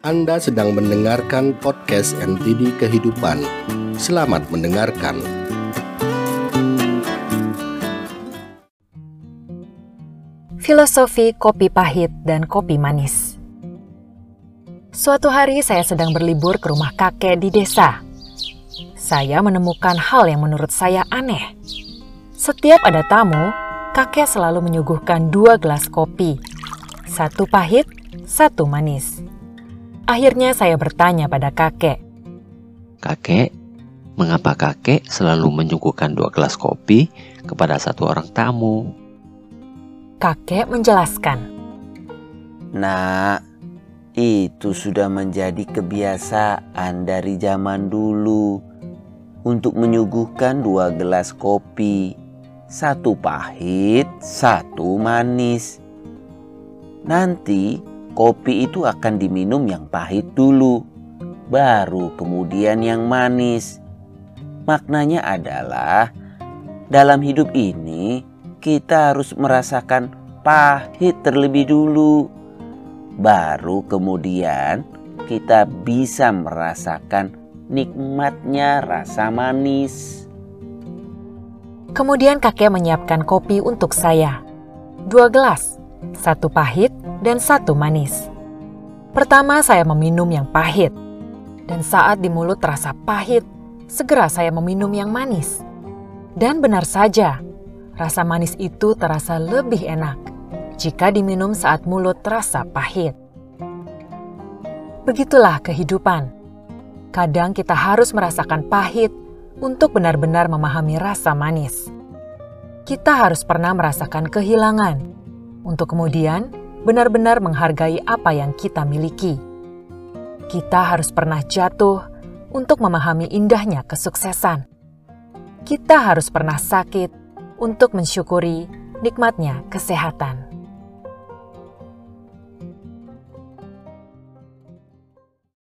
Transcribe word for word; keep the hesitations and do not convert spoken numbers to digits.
Anda sedang mendengarkan podcast M T D Kehidupan. Selamat mendengarkan. Filosofi kopi pahit dan kopi manis. Suatu hari saya sedang berlibur ke rumah kakek di desa. Saya menemukan hal yang menurut saya aneh. Setiap ada tamu, kakek selalu menyuguhkan dua gelas kopi. Satu pahit, satu manis. Akhirnya saya bertanya pada kakek. Kakek, mengapa kakek selalu menyuguhkan dua gelas kopi kepada satu orang tamu? Kakek menjelaskan. Nak, itu sudah menjadi kebiasaan dari zaman dulu untuk menyuguhkan dua gelas kopi, satu pahit, satu manis. Nanti kopi itu akan diminum yang pahit dulu, baru kemudian yang manis. Maknanya adalah dalam hidup ini kita harus merasakan pahit terlebih dulu, baru kemudian kita bisa merasakan nikmatnya rasa manis. Kemudian kakek menyiapkan kopi untuk saya. Dua gelas, satu pahit dan satu manis. Pertama saya meminum yang pahit. Dan saat di mulut terasa pahit, segera saya meminum yang manis. Dan benar saja, rasa manis itu terasa lebih enak jika diminum saat mulut terasa pahit. Begitulah kehidupan. Kadang kita harus merasakan pahit untuk benar-benar memahami rasa manis. Kita harus pernah merasakan kehilangan untuk kemudian benar-benar menghargai apa yang kita miliki. Kita harus pernah jatuh untuk memahami indahnya kesuksesan. Kita harus pernah sakit untuk mensyukuri nikmatnya kesehatan.